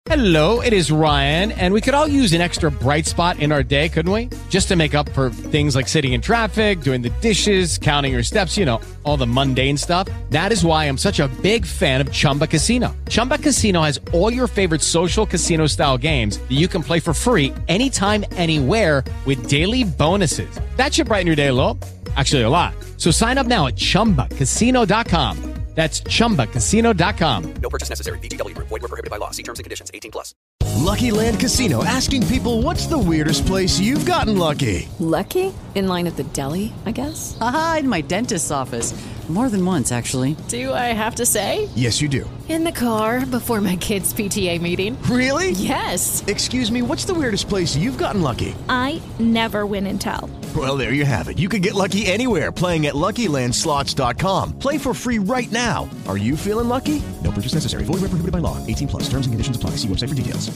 Hello, it is Ryan, and we could all use an extra bright spot in our day, couldn't we? Just to make up for things like sitting in traffic, doing the dishes, counting your steps, you know, all the mundane stuff. That is why I'm such a big fan of Chumba Casino. Chumba Casino has all your favorite social casino-style games that you can play for free anytime, anywhere with daily bonuses. That should brighten your day a little. Actually, a lot. So sign up now at ChumbaCasino.com. That's ChumbaCasino.com. No purchase necessary. VGW Group. Void where prohibited by law. See terms and conditions. 18+. Lucky Land Casino, asking people, what's the weirdest place you've gotten lucky? Lucky? In line at the deli, I guess? Aha, in my dentist's office. More than once, actually. Do I have to say? Yes, you do. In the car before my kids' PTA meeting. Really? Yes. Excuse me, what's the weirdest place you've gotten lucky? I never win and tell. Well, there you have it. You can get lucky anywhere, playing at LuckyLandSlots.com. Play for free right now. Are you feeling lucky? No purchase necessary. Void where prohibited by law. 18+. Terms and conditions apply. See website for details.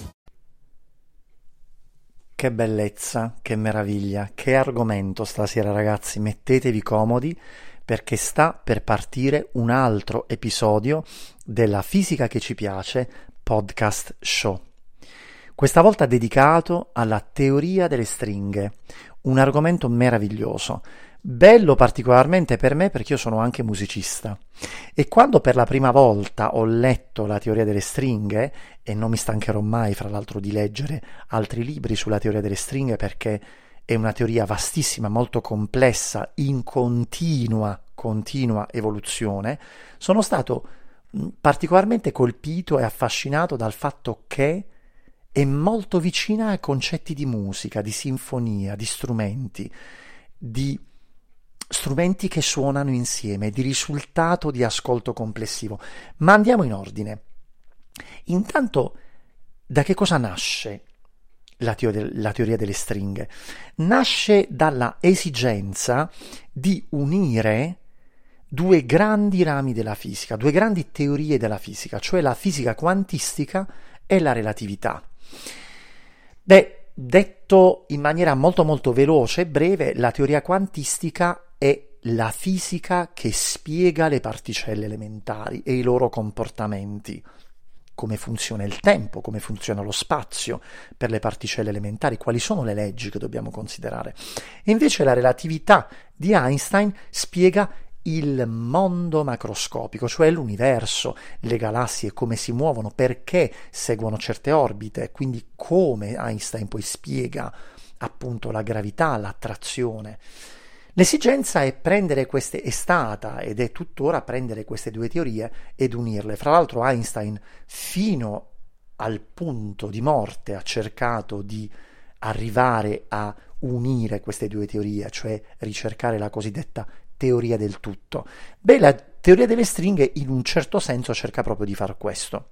Che bellezza, che meraviglia, che argomento stasera, ragazzi. Mettetevi comodi perché sta per partire un altro episodio della Fisica che ci piace podcast show. Questa volta dedicato alla teoria delle stringhe, un argomento meraviglioso, bello particolarmente per me perché io sono anche musicista e quando per la prima volta ho letto la teoria delle stringhe, e non mi stancherò mai fra l'altro di leggere altri libri sulla teoria delle stringhe perché è una teoria vastissima, molto complessa, in continua evoluzione, sono stato particolarmente colpito e affascinato dal fatto che è molto vicina ai concetti di musica, di sinfonia, di strumenti che suonano insieme, di risultato di ascolto complessivo. Ma andiamo in ordine. Intanto, da che cosa nasce la teoria delle stringhe? Nasce dalla esigenza di unire due grandi rami della fisica, due grandi teorie della fisica, cioè la fisica quantistica e la relatività. Beh, detto in maniera molto veloce e breve, la teoria quantistica è la fisica che spiega le particelle elementari e i loro comportamenti, come funziona il tempo, come funziona lo spazio per le particelle elementari, quali sono le leggi che dobbiamo considerare. E invece la relatività di Einstein spiega il mondo macroscopico, cioè l'universo, le galassie, come si muovono, perché seguono certe orbite, quindi come Einstein poi spiega appunto la gravità, l'attrazione. L'esigenza è stata ed è tuttora prendere queste due teorie ed unirle. Fra l'altro Einstein fino al punto di morte ha cercato di arrivare a unire queste due teorie, cioè ricercare la cosiddetta teoria del tutto. Beh, la teoria delle stringhe in un certo senso cerca proprio di far questo.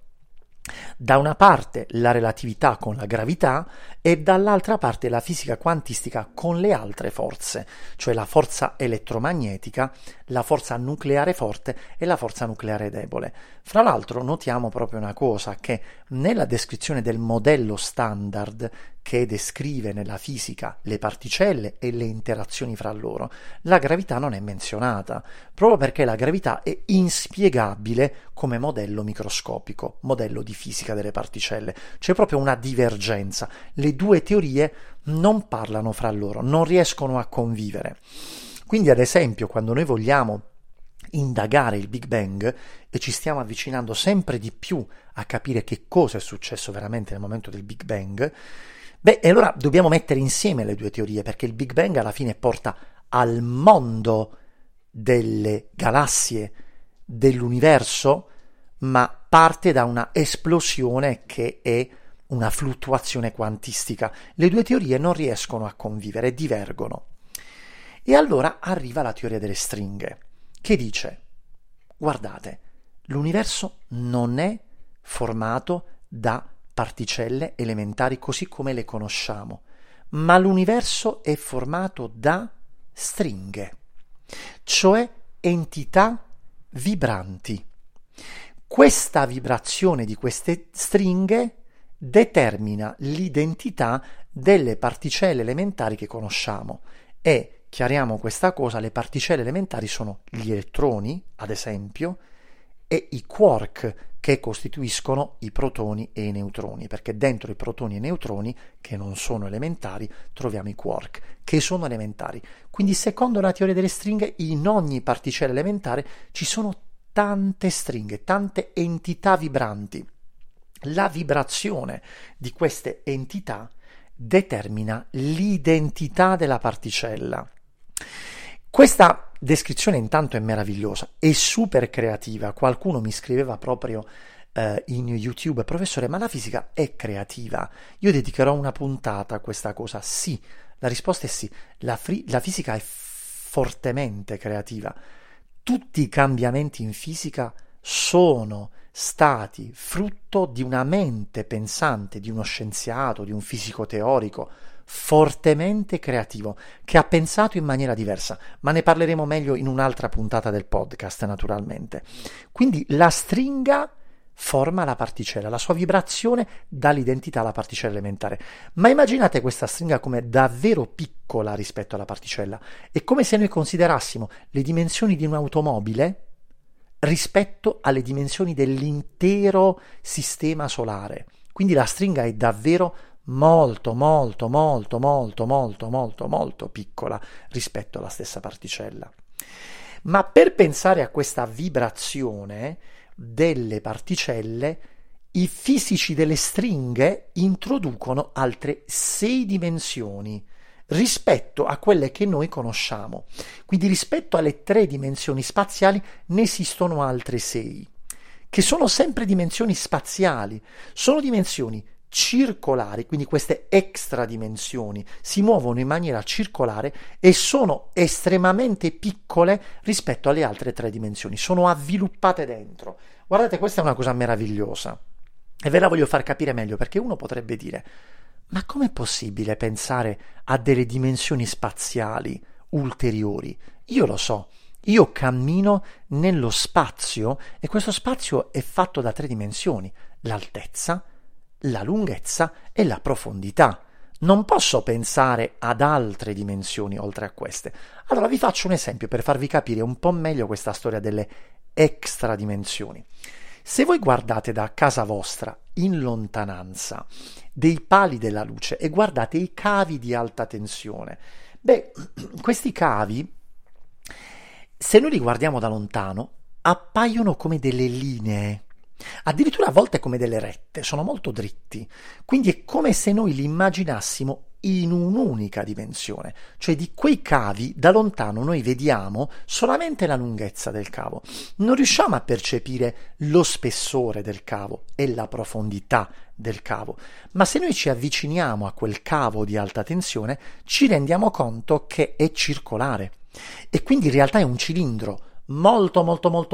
Da una parte la relatività con la gravità e dall'altra parte la fisica quantistica con le altre forze, cioè la forza elettromagnetica, la forza nucleare forte e la forza nucleare debole. Fra l'altro notiamo proprio una cosa, che nella descrizione del modello standard che descrive nella fisica le particelle e le interazioni fra loro, la gravità non è menzionata, proprio perché la gravità è inspiegabile come modello microscopico, modello di fisica delle particelle. C'è proprio una divergenza. Le due teorie non parlano fra loro, non riescono a convivere. Quindi, ad esempio, quando noi vogliamo indagare il Big Bang e ci stiamo avvicinando sempre di più a capire che cosa è successo veramente nel momento del Big Bang, beh, e allora dobbiamo mettere insieme le due teorie, perché il Big Bang alla fine porta al mondo delle galassie, dell'universo, ma parte da una esplosione che è una fluttuazione quantistica. Le due teorie non riescono a convivere, divergono. E allora arriva la teoria delle stringhe, che dice: guardate, l'universo non è formato da particelle elementari così come le conosciamo, ma l'universo è formato da stringhe, cioè entità vibranti. Questa vibrazione di queste stringhe determina l'identità delle particelle elementari che conosciamo. E chiariamo questa cosa: le particelle elementari sono gli elettroni, ad esempio, e i quark, che costituiscono i protoni e i neutroni, perché dentro i protoni e i neutroni, che non sono elementari, troviamo i quark, che sono elementari. Quindi secondo la teoria delle stringhe, in ogni particella elementare ci sono tante stringhe, tante entità vibranti. La vibrazione di queste entità determina l'identità della particella. Questa descrizione intanto è meravigliosa, è super creativa. Qualcuno mi scriveva proprio in YouTube: professore, ma la fisica è creativa? Io dedicherò una puntata a questa cosa. Sì, la risposta è sì. La fisica è fortemente creativa. Tutti i cambiamenti in fisica sono stati frutto di una mente pensante, di uno scienziato, di un fisico teorico fortemente creativo, che ha pensato in maniera diversa, ma ne parleremo meglio in un'altra puntata del podcast, naturalmente. Quindi la stringa forma la particella, la sua vibrazione dà l'identità alla particella elementare. Ma immaginate questa stringa come davvero piccola rispetto alla particella. È come se noi considerassimo le dimensioni di un'automobile rispetto alle dimensioni dell'intero sistema solare. Quindi la stringa è davvero molto piccola rispetto alla stessa particella. Ma per pensare a questa vibrazione delle particelle, i fisici delle stringhe introducono altre 6 dimensioni rispetto a quelle che noi conosciamo. Quindi rispetto alle 3 dimensioni spaziali ne esistono altre 6, che sono sempre dimensioni spaziali, sono dimensioni circolari, quindi queste extra dimensioni si muovono in maniera circolare e sono estremamente piccole rispetto alle altre 3 dimensioni, sono avviluppate dentro. Guardate, questa è una cosa meravigliosa e ve la voglio far capire meglio, perché uno potrebbe dire: ma com'è possibile pensare a delle dimensioni spaziali ulteriori? Io lo so, io cammino nello spazio e questo spazio è fatto da 3 dimensioni: l'altezza, la lunghezza e la profondità. Non posso pensare ad altre dimensioni oltre a queste. Allora vi faccio un esempio per farvi capire un po' meglio questa storia delle extra dimensioni. Se voi guardate da casa vostra in lontananza dei pali della luce e guardate i cavi di alta tensione, questi cavi, se noi li guardiamo da lontano, appaiono come delle linee, addirittura a volte come delle rette, sono molto dritti, quindi è come se noi li immaginassimo in un'unica dimensione, cioè di quei cavi da lontano noi vediamo solamente la lunghezza del cavo, non riusciamo a percepire lo spessore del cavo e la profondità del cavo, ma se noi ci avviciniamo a quel cavo di alta tensione ci rendiamo conto che è circolare e quindi in realtà è un cilindro molto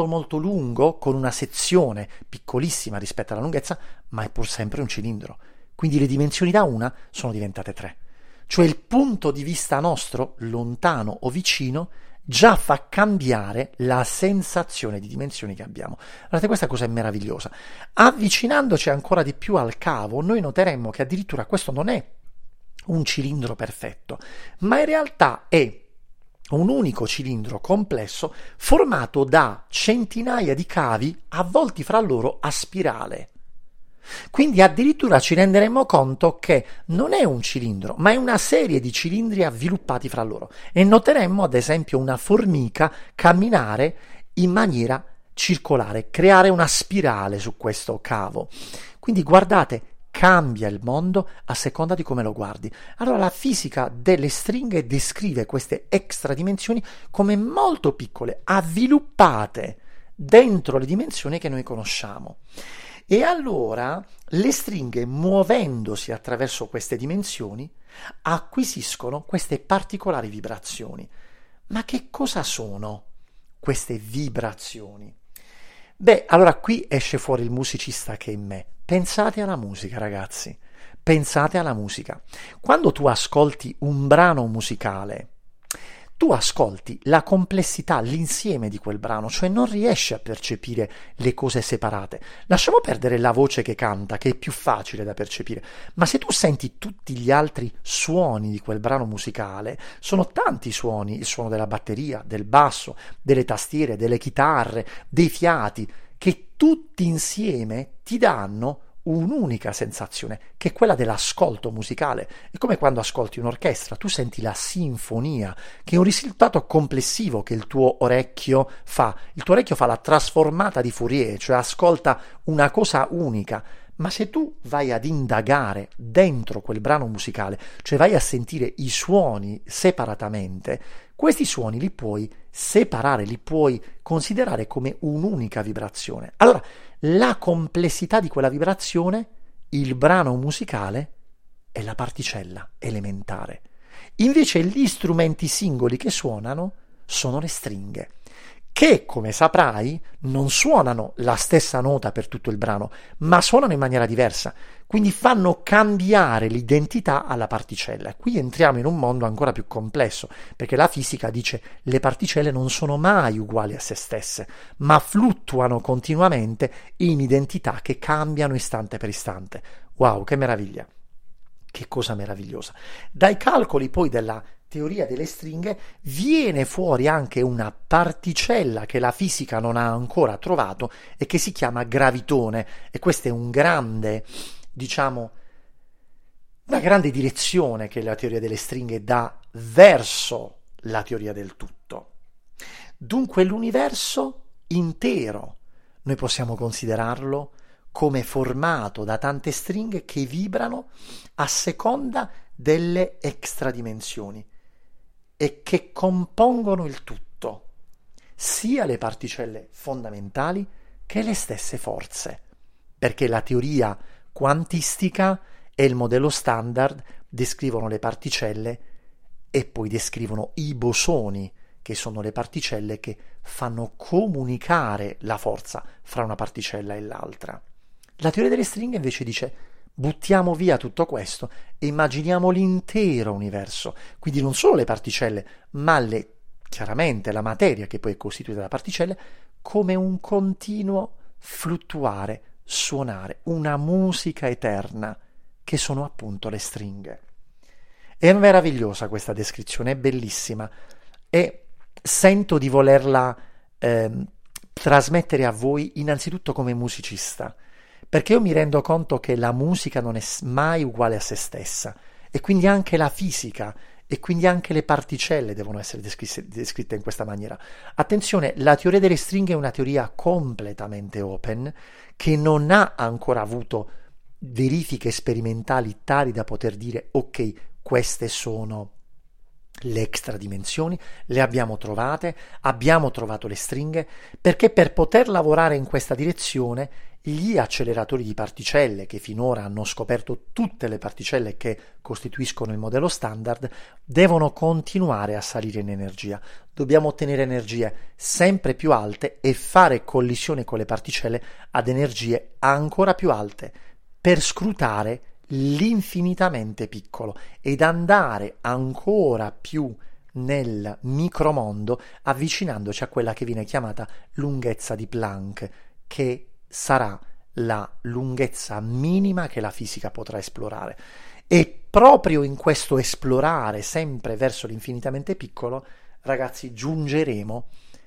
lungo, con una sezione piccolissima rispetto alla lunghezza, ma è pur sempre un cilindro. Quindi le dimensioni da una sono diventate 3. Cioè il punto di vista nostro, lontano o vicino, già fa cambiare la sensazione di dimensioni che abbiamo. Guardate, questa cosa è meravigliosa. Avvicinandoci ancora di più al cavo, noi noteremmo che addirittura questo non è un cilindro perfetto, ma in realtà è un unico cilindro complesso formato da centinaia di cavi avvolti fra loro a spirale. Quindi addirittura ci renderemo conto che non è un cilindro, ma è una serie di cilindri avviluppati fra loro, e noteremmo ad esempio una formica camminare in maniera circolare, creare una spirale su questo cavo. Quindi guardate, cambia il mondo a seconda di come lo guardi. Allora la fisica delle stringhe descrive queste extra dimensioni come molto piccole, avviluppate dentro le dimensioni che noi conosciamo. E allora le stringhe, muovendosi attraverso queste dimensioni, acquisiscono queste particolari vibrazioni. Ma che cosa sono queste vibrazioni? Allora qui esce fuori il musicista che è in me. Pensate alla musica, ragazzi, pensate alla musica. Quando tu ascolti un brano musicale, tu ascolti la complessità, l'insieme di quel brano, cioè non riesci a percepire le cose separate. Lasciamo perdere la voce che canta, che è più facile da percepire, ma se tu senti tutti gli altri suoni di quel brano musicale, sono tanti suoni: il suono della batteria, del basso, delle tastiere, delle chitarre, dei fiati, che tutti insieme ti danno un'unica sensazione, che è quella dell'ascolto musicale. È come quando ascolti un'orchestra, tu senti la sinfonia, che è un risultato complessivo che il tuo orecchio fa. Il tuo orecchio fa la trasformata di Fourier, cioè ascolta una cosa unica. Ma se tu vai ad indagare dentro quel brano musicale, cioè vai a sentire i suoni separatamente, questi suoni li puoi separare, li puoi considerare come un'unica vibrazione. Allora, la complessità di quella vibrazione, il brano musicale, è la particella elementare. Invece gli strumenti singoli che suonano sono le stringhe, che, come saprai, non suonano la stessa nota per tutto il brano, ma suonano in maniera diversa, quindi fanno cambiare l'identità alla particella. Qui entriamo in un mondo ancora più complesso, perché la fisica dice che le particelle non sono mai uguali a se stesse, ma fluttuano continuamente in identità che cambiano istante per istante. Wow, che meraviglia! Che cosa meravigliosa! Dai calcoli poi della teoria delle stringhe viene fuori anche una particella che la fisica non ha ancora trovato e che si chiama gravitone, e questa è un grande, una grande direzione che la teoria delle stringhe dà verso la teoria del tutto. Dunque l'universo intero noi possiamo considerarlo come formato da tante stringhe che vibrano a seconda delle extradimensioni e che compongono il tutto, sia le particelle fondamentali che le stesse forze, perché la teoria quantistica e il modello standard descrivono le particelle e poi descrivono i bosoni, che sono le particelle che fanno comunicare la forza fra una particella e l'altra. La teoria delle stringhe invece dice: buttiamo via tutto questo e immaginiamo l'intero universo, quindi non solo le particelle, ma chiaramente la materia che poi è costituita da particelle, come un continuo fluttuare, suonare, una musica eterna, che sono appunto le stringhe. È meravigliosa questa descrizione, è bellissima, e sento di volerla trasmettere a voi innanzitutto come musicista, perché io mi rendo conto che la musica non è mai uguale a se stessa, e quindi anche la fisica e quindi anche le particelle devono essere descritte in questa maniera. Attenzione, la teoria delle stringhe è una teoria completamente open, che non ha ancora avuto verifiche sperimentali tali da poter dire ok, queste sono le extradimensioni, le abbiamo trovate, abbiamo trovato le stringhe, perché per poter lavorare in questa direzione gli acceleratori di particelle, che finora hanno scoperto tutte le particelle che costituiscono il modello standard, devono continuare a salire in energia. Dobbiamo ottenere energie sempre più alte e fare collisione con le particelle ad energie ancora più alte per scrutare l'infinitamente piccolo ed andare ancora più nel micromondo, avvicinandoci a quella che viene chiamata lunghezza di Planck, che sarà la lunghezza minima che la fisica potrà esplorare. E proprio in questo esplorare sempre verso l'infinitamente piccolo, ragazzi, giungeremo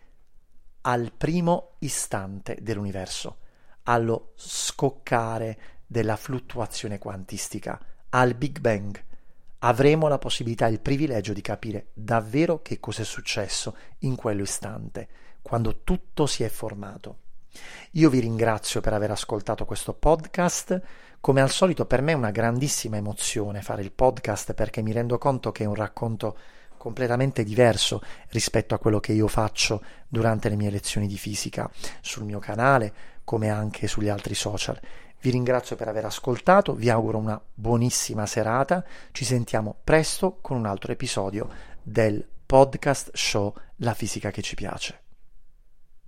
al primo istante dell'universo, allo scoccare della fluttuazione quantistica, al Big Bang. Avremo la possibilità e il privilegio di capire davvero che cosa è successo in quell'istante, quando tutto si è formato. Io vi ringrazio per aver ascoltato questo podcast. Come al solito per me è una grandissima emozione fare il podcast, perché mi rendo conto che è un racconto completamente diverso rispetto a quello che io faccio durante le mie lezioni di fisica sul mio canale, come anche sugli altri social. Vi ringrazio per aver ascoltato, vi auguro una buonissima serata, ci sentiamo presto con un altro episodio del podcast show La fisica che ci piace.